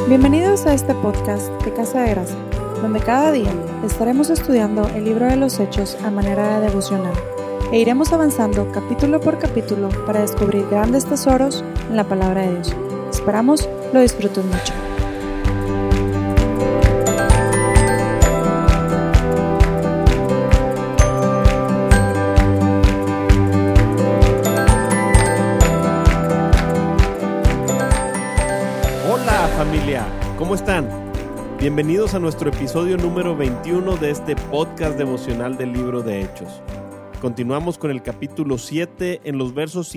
Bienvenidos a este podcast de Casa de Gracia, donde cada día estaremos estudiando el libro de los Hechos a manera de devocional e iremos avanzando capítulo por capítulo para descubrir grandes tesoros en la palabra de Dios. Esperamos lo disfrutes mucho. Familia, ¿cómo están? Bienvenidos a nuestro episodio número 21 de este podcast devocional del libro de Hechos. Continuamos con el capítulo 7 en los versos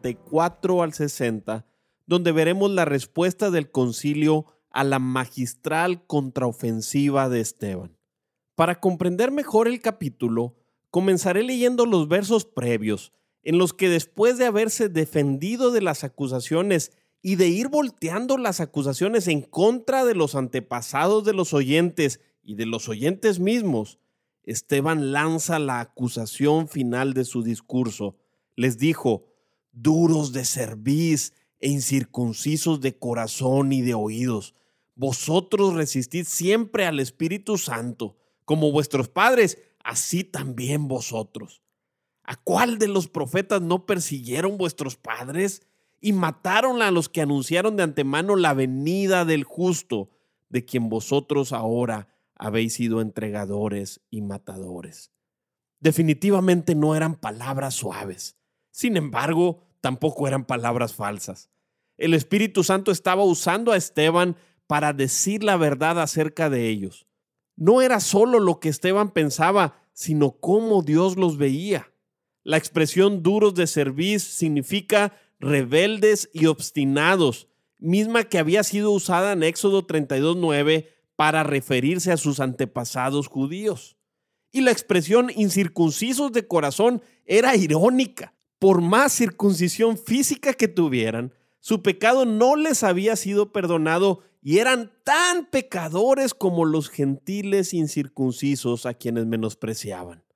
54 al 60, donde veremos la respuesta del concilio a la magistral contraofensiva de Esteban. Para comprender mejor el capítulo, comenzaré leyendo los versos previos, en los que después de haberse defendido de las acusaciones y de ir volteando las acusaciones en contra de los antepasados de los oyentes y de los oyentes mismos, Esteban lanza la acusación final de su discurso. Les dijo: duros de cerviz e incircuncisos de corazón y de oídos, vosotros resistid siempre al Espíritu Santo, como vuestros padres, así también vosotros. ¿A cuál de los profetas no persiguieron vuestros padres? Y mataron a los que anunciaron de antemano la venida del justo, de quien vosotros ahora habéis sido entregadores y matadores. Definitivamente no eran palabras suaves. Sin embargo, tampoco eran palabras falsas. El Espíritu Santo estaba usando a Esteban para decir la verdad acerca de ellos. No era solo lo que Esteban pensaba, sino cómo Dios los veía. La expresión duros de cerviz significa rebeldes y obstinados, misma que había sido usada en Éxodo 32:9 para referirse a sus antepasados judíos. Y la expresión incircuncisos de corazón era irónica. Por más circuncisión física que tuvieran, su pecado no les había sido perdonado y eran tan pecadores como los gentiles incircuncisos a quienes menospreciaban.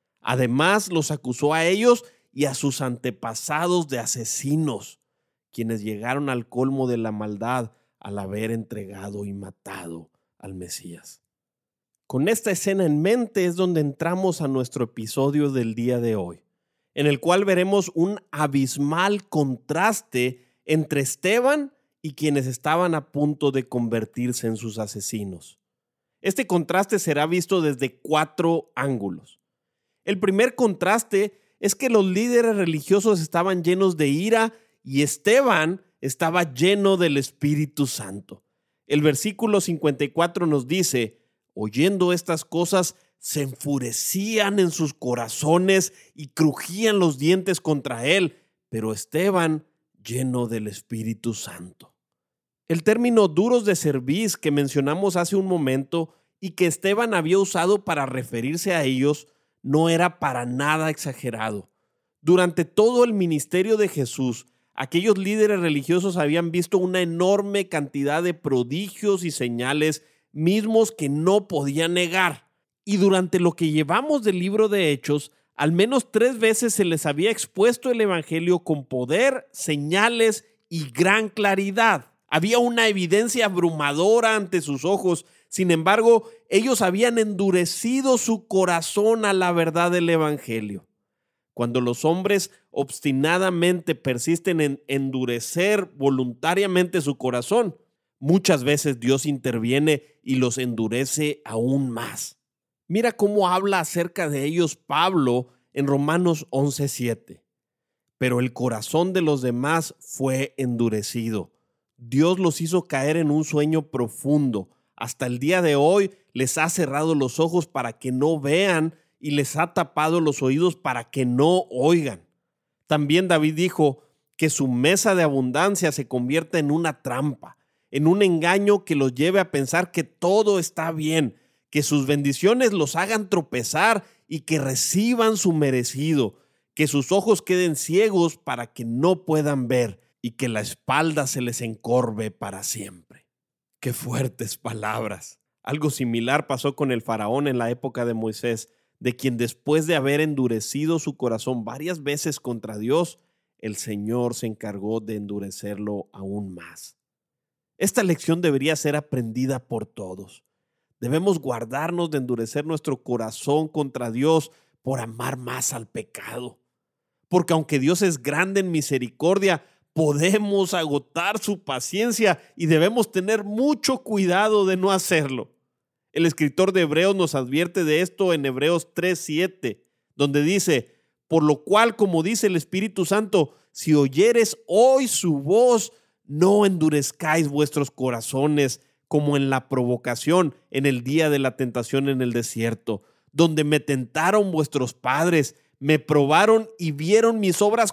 Además, los acusó a ellos y a sus antepasados de asesinos, quienes llegaron al colmo de la maldad al haber entregado y matado al Mesías. Con esta escena en mente es donde entramos a nuestro episodio del día de hoy, en el cual veremos un abismal contraste entre Esteban y quienes estaban a punto de convertirse en sus asesinos. Este contraste será visto desde 4 ángulos. El primer contraste es que los líderes religiosos estaban llenos de ira y Esteban estaba lleno del Espíritu Santo. El versículo 54 nos dice: oyendo estas cosas, se enfurecían en sus corazones y crujían los dientes contra él, pero Esteban lleno del Espíritu Santo. El término duros de cerviz que mencionamos hace un momento y que Esteban había usado para referirse a ellos no era para nada exagerado. Durante todo el ministerio de Jesús, aquellos líderes religiosos habían visto una enorme cantidad de prodigios y señales mismos que no podían negar. Y durante lo que llevamos del libro de Hechos, al menos 3 veces se les había expuesto el evangelio con poder, señales y gran claridad. Había una evidencia abrumadora ante sus ojos. Sin embargo, ellos habían endurecido su corazón a la verdad del evangelio. Cuando los hombres obstinadamente persisten en endurecer voluntariamente su corazón, muchas veces Dios interviene y los endurece aún más. Mira cómo habla acerca de ellos Pablo en Romanos 11:7. Pero el corazón de los demás fue endurecido. Dios los hizo caer en un sueño profundo. Hasta el día de hoy les ha cerrado los ojos para que no vean y les ha tapado los oídos para que no oigan. También David dijo que su mesa de abundancia se convierta en una trampa, en un engaño que los lleve a pensar que todo está bien, que sus bendiciones los hagan tropezar y que reciban su merecido, que sus ojos queden ciegos para que no puedan ver y que la espalda se les encorve para siempre. ¡Qué fuertes palabras! Algo similar pasó con el faraón en la época de Moisés, de quien después de haber endurecido su corazón varias veces contra Dios, el Señor se encargó de endurecerlo aún más. Esta lección debería ser aprendida por todos. Debemos guardarnos de endurecer nuestro corazón contra Dios por amar más al pecado. Porque aunque Dios es grande en misericordia, podemos agotar su paciencia y debemos tener mucho cuidado de no hacerlo. El escritor de Hebreos nos advierte de esto en Hebreos 3:7, donde dice: por lo cual, como dice el Espíritu Santo, si oyeres hoy su voz, no endurezcáis vuestros corazones como en la provocación en el día de la tentación en el desierto, donde me tentaron vuestros padres, me probaron y vieron mis obras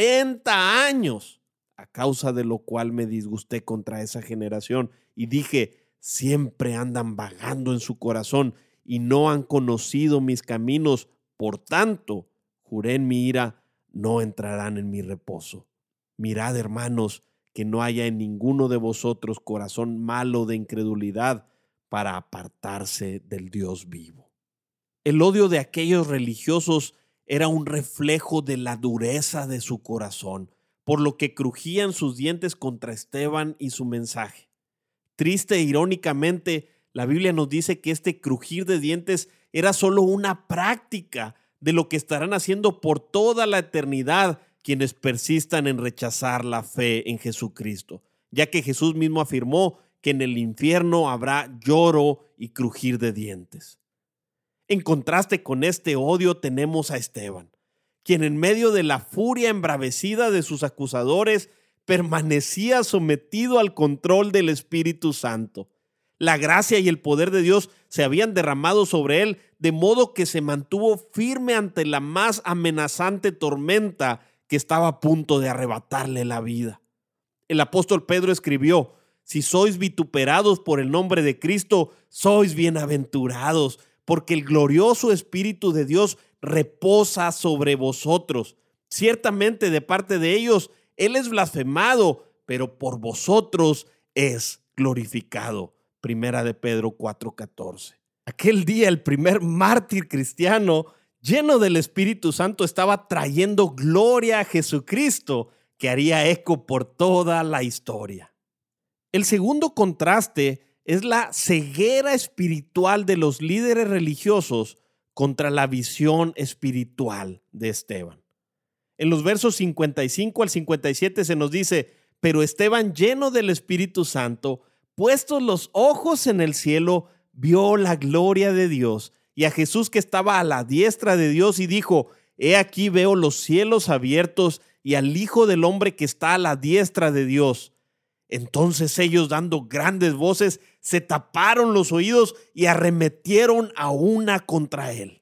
40 años, a causa de lo cual me disgusté contra esa generación y dije: siempre andan vagando en su corazón y no han conocido mis caminos, por tanto, juré en mi ira, no entrarán en mi reposo. Mirad, hermanos, que no haya en ninguno de vosotros corazón malo de incredulidad para apartarse del Dios vivo. El odio de aquellos religiosos era un reflejo de la dureza de su corazón, por lo que crujían sus dientes contra Esteban y su mensaje. Triste e irónicamente, la Biblia nos dice que este crujir de dientes era solo una práctica de lo que estarán haciendo por toda la eternidad quienes persistan en rechazar la fe en Jesucristo, ya que Jesús mismo afirmó que en el infierno habrá lloro y crujir de dientes. En contraste con este odio tenemos a Esteban, quien en medio de la furia embravecida de sus acusadores permanecía sometido al control del Espíritu Santo. La gracia y el poder de Dios se habían derramado sobre él, de modo que se mantuvo firme ante la más amenazante tormenta que estaba a punto de arrebatarle la vida. El apóstol Pedro escribió: si sois vituperados por el nombre de Cristo, sois bienaventurados, porque el glorioso Espíritu de Dios reposa sobre vosotros. Ciertamente de parte de ellos Él es blasfemado, pero por vosotros es glorificado. Primera de Pedro 4:14. Aquel día el primer mártir cristiano, lleno del Espíritu Santo, estaba trayendo gloria a Jesucristo, que haría eco por toda la historia. El segundo contraste es la ceguera espiritual de los líderes religiosos contra la visión espiritual de Esteban. En los versos 55 al 57 se nos dice: pero Esteban, lleno del Espíritu Santo, puestos los ojos en el cielo, vio la gloria de Dios y a Jesús que estaba a la diestra de Dios y dijo: he aquí veo los cielos abiertos y al Hijo del Hombre que está a la diestra de Dios. Entonces ellos, dando grandes voces, se taparon los oídos y arremetieron a una contra él.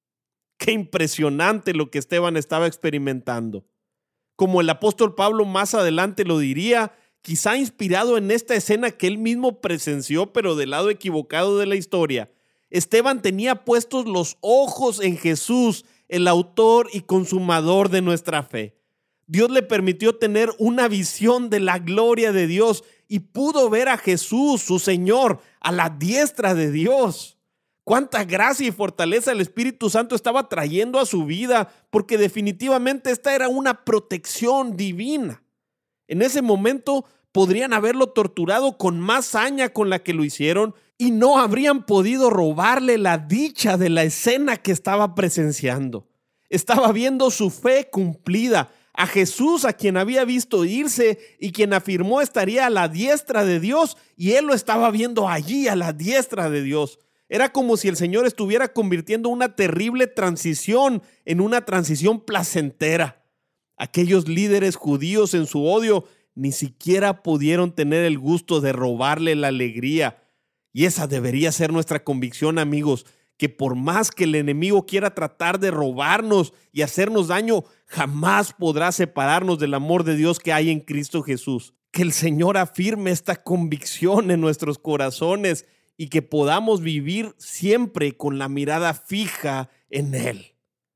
Qué impresionante lo que Esteban estaba experimentando. Como el apóstol Pablo más adelante lo diría, quizá inspirado en esta escena que él mismo presenció, pero del lado equivocado de la historia, Esteban tenía puestos los ojos en Jesús, el autor y consumador de nuestra fe. Dios le permitió tener una visión de la gloria de Dios y pudo ver a Jesús, su Señor, a la diestra de Dios. Cuánta gracia y fortaleza el Espíritu Santo estaba trayendo a su vida, porque definitivamente esta era una protección divina. En ese momento podrían haberlo torturado con más saña con la que lo hicieron y no habrían podido robarle la dicha de la escena que estaba presenciando. Estaba viendo su fe cumplida, a Jesús a quien había visto irse y quien afirmó estaría a la diestra de Dios, y él lo estaba viendo allí a la diestra de Dios. Era como si el Señor estuviera convirtiendo una terrible transición en una transición placentera. Aquellos líderes judíos en su odio ni siquiera pudieron tener el gusto de robarle la alegría. Y esa debería ser nuestra convicción, amigos, que por más que el enemigo quiera tratar de robarnos y hacernos daño, jamás podrá separarnos del amor de Dios que hay en Cristo Jesús. Que el Señor afirme esta convicción en nuestros corazones y que podamos vivir siempre con la mirada fija en Él.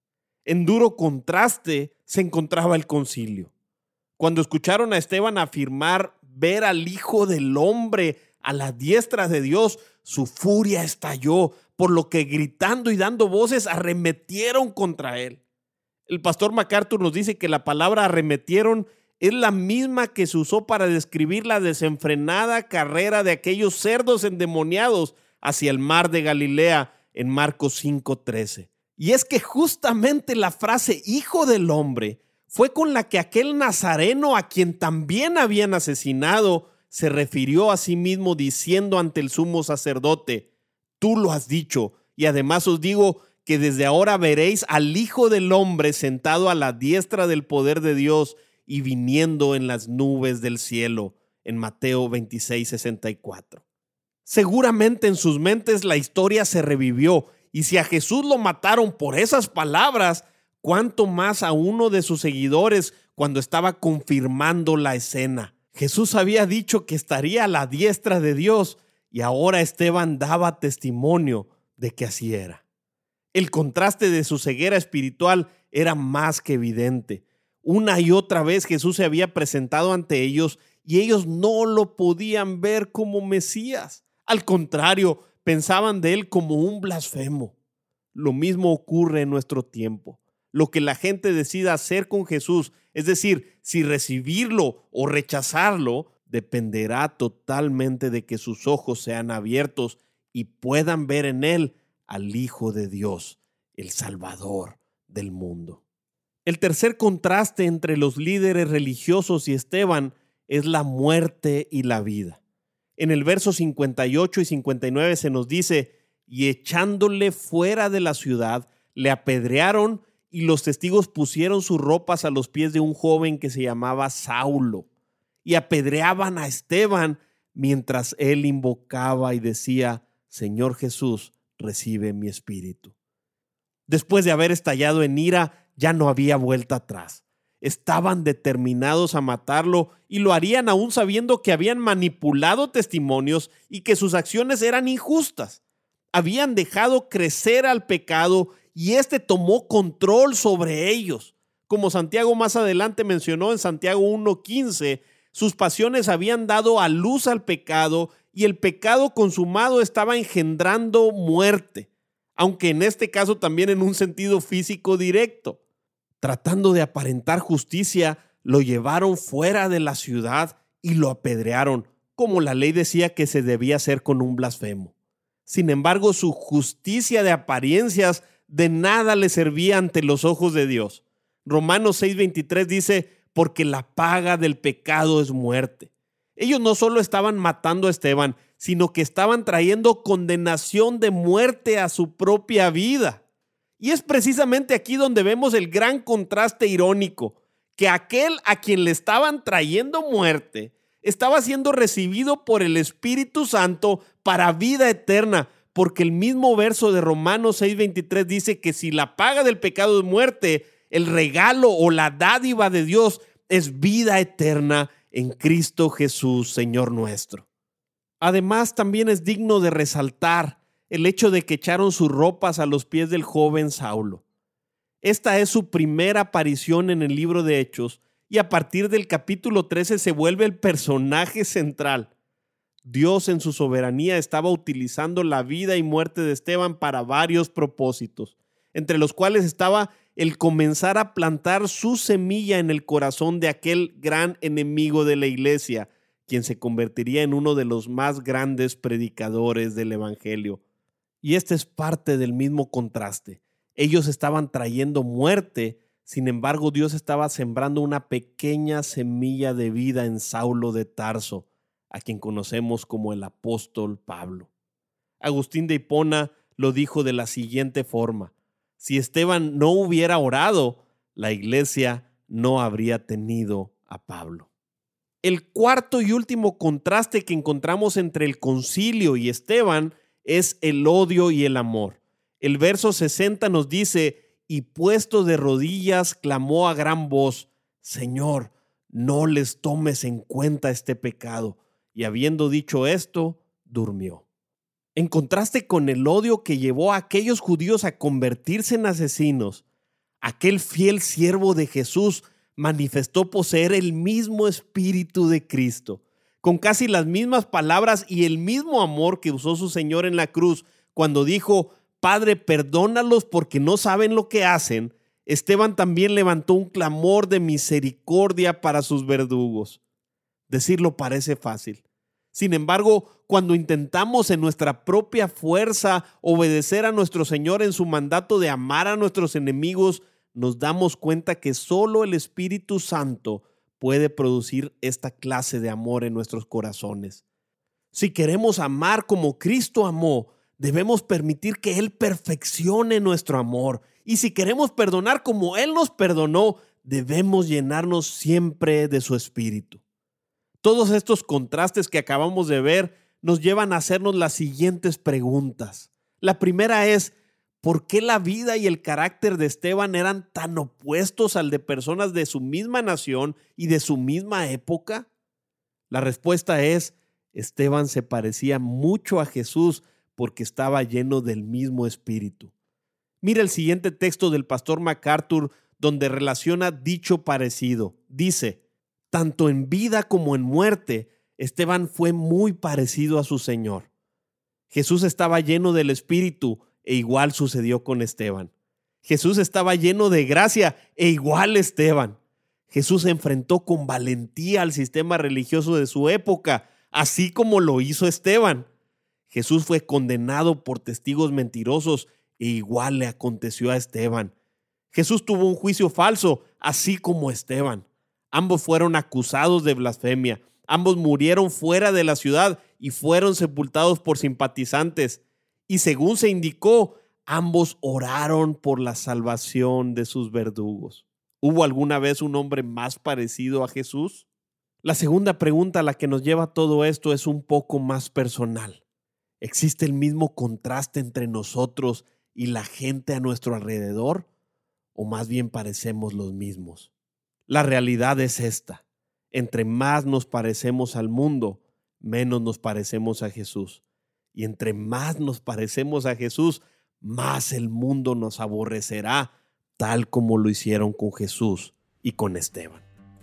En duro contraste se encontraba el concilio. Cuando escucharon a Esteban afirmar ver al Hijo del Hombre a la diestra de Dios, su furia estalló, por lo que gritando y dando voces arremetieron contra él. El pastor MacArthur nos dice que la palabra arremetieron es la misma que se usó para describir la desenfrenada carrera de aquellos cerdos endemoniados hacia el mar de Galilea en Marcos 5:13. Y es que justamente la frase Hijo del Hombre fue con la que aquel nazareno, a quien también habían asesinado, se refirió a sí mismo diciendo ante el sumo sacerdote: tú lo has dicho, y además os digo que desde ahora veréis al Hijo del Hombre sentado a la diestra del poder de Dios y viniendo en las nubes del cielo, en Mateo 26:64. Seguramente en sus mentes la historia se revivió, y si a Jesús lo mataron por esas palabras, cuánto más a uno de sus seguidores cuando estaba confirmando la escena. Jesús había dicho que estaría a la diestra de Dios, y ahora Esteban daba testimonio de que así era. El contraste de su ceguera espiritual era más que evidente. Una y otra vez Jesús se había presentado ante ellos y ellos no lo podían ver como Mesías. Al contrario, pensaban de él como un blasfemo. Lo mismo ocurre en nuestro tiempo. Lo que la gente decida hacer con Jesús, es decir, si recibirlo o rechazarlo, dependerá totalmente de que sus ojos sean abiertos y puedan ver en él al Hijo de Dios, el Salvador del mundo. El tercer contraste entre los líderes religiosos y Esteban es la muerte y la vida. En el verso 58 y 59 se nos dice: y echándole fuera de la ciudad, le apedrearon, y los testigos pusieron sus ropas a los pies de un joven que se llamaba Saulo, y apedreaban a Esteban mientras él invocaba y decía: Señor Jesús, recibe mi espíritu. Después de haber estallado en ira, ya no había vuelta atrás. Estaban determinados a matarlo y lo harían aún sabiendo que habían manipulado testimonios y que sus acciones eran injustas. Habían dejado crecer al pecado y éste tomó control sobre ellos. Como Santiago más adelante mencionó en Santiago 1:15, sus pasiones habían dado a luz al pecado y el pecado consumado estaba engendrando muerte, aunque en este caso también en un sentido físico directo. Tratando de aparentar justicia, lo llevaron fuera de la ciudad y lo apedrearon, como la ley decía que se debía hacer con un blasfemo. Sin embargo, su justicia de apariencias de nada le servía ante los ojos de Dios. Romanos 6:23 dice: porque la paga del pecado es muerte. Ellos no solo estaban matando a Esteban, sino que estaban trayendo condenación de muerte a su propia vida. Y es precisamente aquí donde vemos el gran contraste irónico, que aquel a quien le estaban trayendo muerte estaba siendo recibido por el Espíritu Santo para vida eterna, porque el mismo verso de Romanos 6:23 dice que si la paga del pecado es muerte, el regalo o la dádiva de Dios es vida eterna en Cristo Jesús, Señor nuestro. Además, también es digno de resaltar el hecho de que echaron sus ropas a los pies del joven Saulo. Esta es su primera aparición en el libro de Hechos y a partir del capítulo 13 se vuelve el personaje central. Dios en su soberanía estaba utilizando la vida y muerte de Esteban para varios propósitos, entre los cuales estaba el comenzar a plantar su semilla en el corazón de aquel gran enemigo de la iglesia, quien se convertiría en uno de los más grandes predicadores del evangelio. Y este es parte del mismo contraste. Ellos estaban trayendo muerte, sin embargo Dios estaba sembrando una pequeña semilla de vida en Saulo de Tarso, a quien conocemos como el apóstol Pablo. Agustín de Hipona lo dijo de la siguiente forma: si Esteban no hubiera orado, la iglesia no habría tenido a Pablo. El cuarto y último contraste que encontramos entre el concilio y Esteban es el odio y el amor. El verso 60 nos dice: y puesto de rodillas clamó a gran voz: Señor, no les tomes en cuenta este pecado. Y habiendo dicho esto, durmió. En contraste con el odio que llevó a aquellos judíos a convertirse en asesinos, aquel fiel siervo de Jesús manifestó poseer el mismo espíritu de Cristo, con casi las mismas palabras y el mismo amor que usó su Señor en la cruz cuando dijo: Padre, perdónalos porque no saben lo que hacen. Esteban también levantó un clamor de misericordia para sus verdugos. Decirlo parece fácil. Sin embargo, cuando intentamos en nuestra propia fuerza obedecer a nuestro Señor en su mandato de amar a nuestros enemigos, nos damos cuenta que solo el Espíritu Santo puede producir esta clase de amor en nuestros corazones. Si queremos amar como Cristo amó, debemos permitir que Él perfeccione nuestro amor. Y si queremos perdonar como Él nos perdonó, debemos llenarnos siempre de su Espíritu. Todos estos contrastes que acabamos de ver nos llevan a hacernos las siguientes preguntas. La primera es, ¿por qué la vida y el carácter de Esteban eran tan opuestos al de personas de su misma nación y de su misma época? La respuesta es, Esteban se parecía mucho a Jesús porque estaba lleno del mismo Espíritu. Mira el siguiente texto del pastor MacArthur donde relaciona dicho parecido. Dice, tanto en vida como en muerte, Esteban fue muy parecido a su Señor. Jesús estaba lleno del Espíritu e igual sucedió con Esteban. Jesús estaba lleno de gracia e igual Esteban. Jesús enfrentó con valentía al sistema religioso de su época, así como lo hizo Esteban. Jesús fue condenado por testigos mentirosos e igual le aconteció a Esteban. Jesús tuvo un juicio falso, así como Esteban. Ambos fueron acusados de blasfemia. Ambos murieron fuera de la ciudad y fueron sepultados por simpatizantes. Y según se indicó, ambos oraron por la salvación de sus verdugos. ¿Hubo alguna vez un hombre más parecido a Jesús? La segunda pregunta a la que nos lleva todo esto es un poco más personal. ¿Existe el mismo contraste entre nosotros y la gente a nuestro alrededor? ¿O más bien parecemos los mismos? La realidad es esta. Entre más nos parecemos al mundo, menos nos parecemos a Jesús. Y entre más nos parecemos a Jesús, más el mundo nos aborrecerá, tal como lo hicieron con Jesús y con Esteban.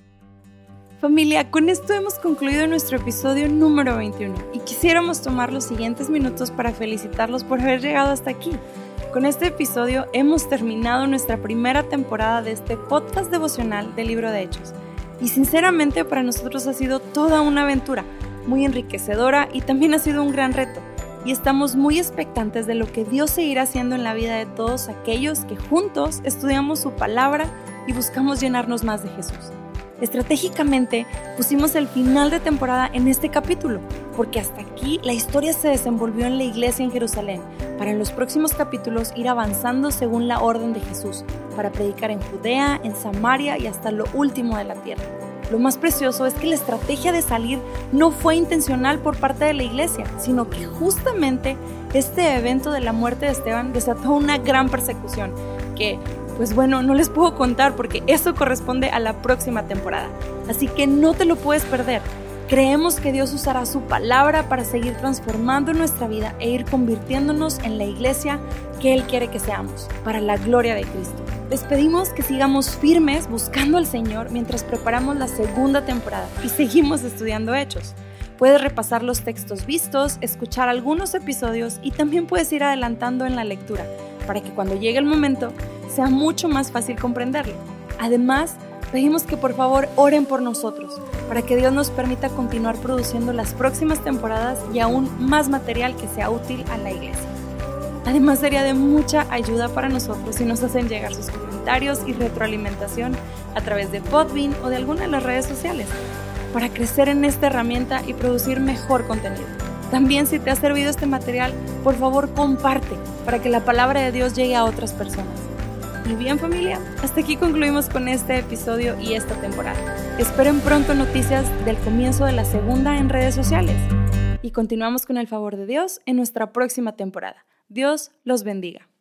Familia, con esto hemos concluido nuestro episodio número 21 y quisiéramos tomar los siguientes minutos para felicitarlos por haber llegado hasta aquí. Con este episodio hemos terminado nuestra primera temporada de este podcast devocional del Libro de Hechos. Y sinceramente para nosotros ha sido toda una aventura, muy enriquecedora y también ha sido un gran reto. Y estamos muy expectantes de lo que Dios seguirá haciendo en la vida de todos aquellos que juntos estudiamos su palabra y buscamos llenarnos más de Jesús. Estratégicamente pusimos el final de temporada en este capítulo, porque hasta aquí la historia se desenvolvió en la iglesia en Jerusalén, para en los próximos capítulos ir avanzando según la orden de Jesús, para predicar en Judea, en Samaria y hasta lo último de la tierra. Lo más precioso es que la estrategia de salir no fue intencional por parte de la iglesia, sino que justamente este evento de la muerte de Esteban desató una gran persecución que, pues bueno, no les puedo contar porque eso corresponde a la próxima temporada. Así que no te lo puedes perder. Creemos que Dios usará su palabra para seguir transformando nuestra vida e ir convirtiéndonos en la iglesia que Él quiere que seamos, para la gloria de Cristo. Les pedimos que sigamos firmes buscando al Señor mientras preparamos la segunda temporada y seguimos estudiando Hechos. Puedes repasar los textos vistos, escuchar algunos episodios y también puedes ir adelantando en la lectura para que cuando llegue el momento sea mucho más fácil comprenderlo. Además, pedimos que por favor oren por nosotros para que Dios nos permita continuar produciendo las próximas temporadas y aún más material que sea útil a la iglesia. Además, sería de mucha ayuda para nosotros si nos hacen llegar sus comentarios y retroalimentación a través de Podbean o de alguna de las redes sociales para crecer en esta herramienta y producir mejor contenido. También, si te ha servido este material, por favor comparte para que la palabra de Dios llegue a otras personas. Y bien, familia, hasta aquí concluimos con este episodio y esta temporada. Esperen pronto noticias del comienzo de la segunda en redes sociales. Y continuamos con el favor de Dios en nuestra próxima temporada. Dios los bendiga.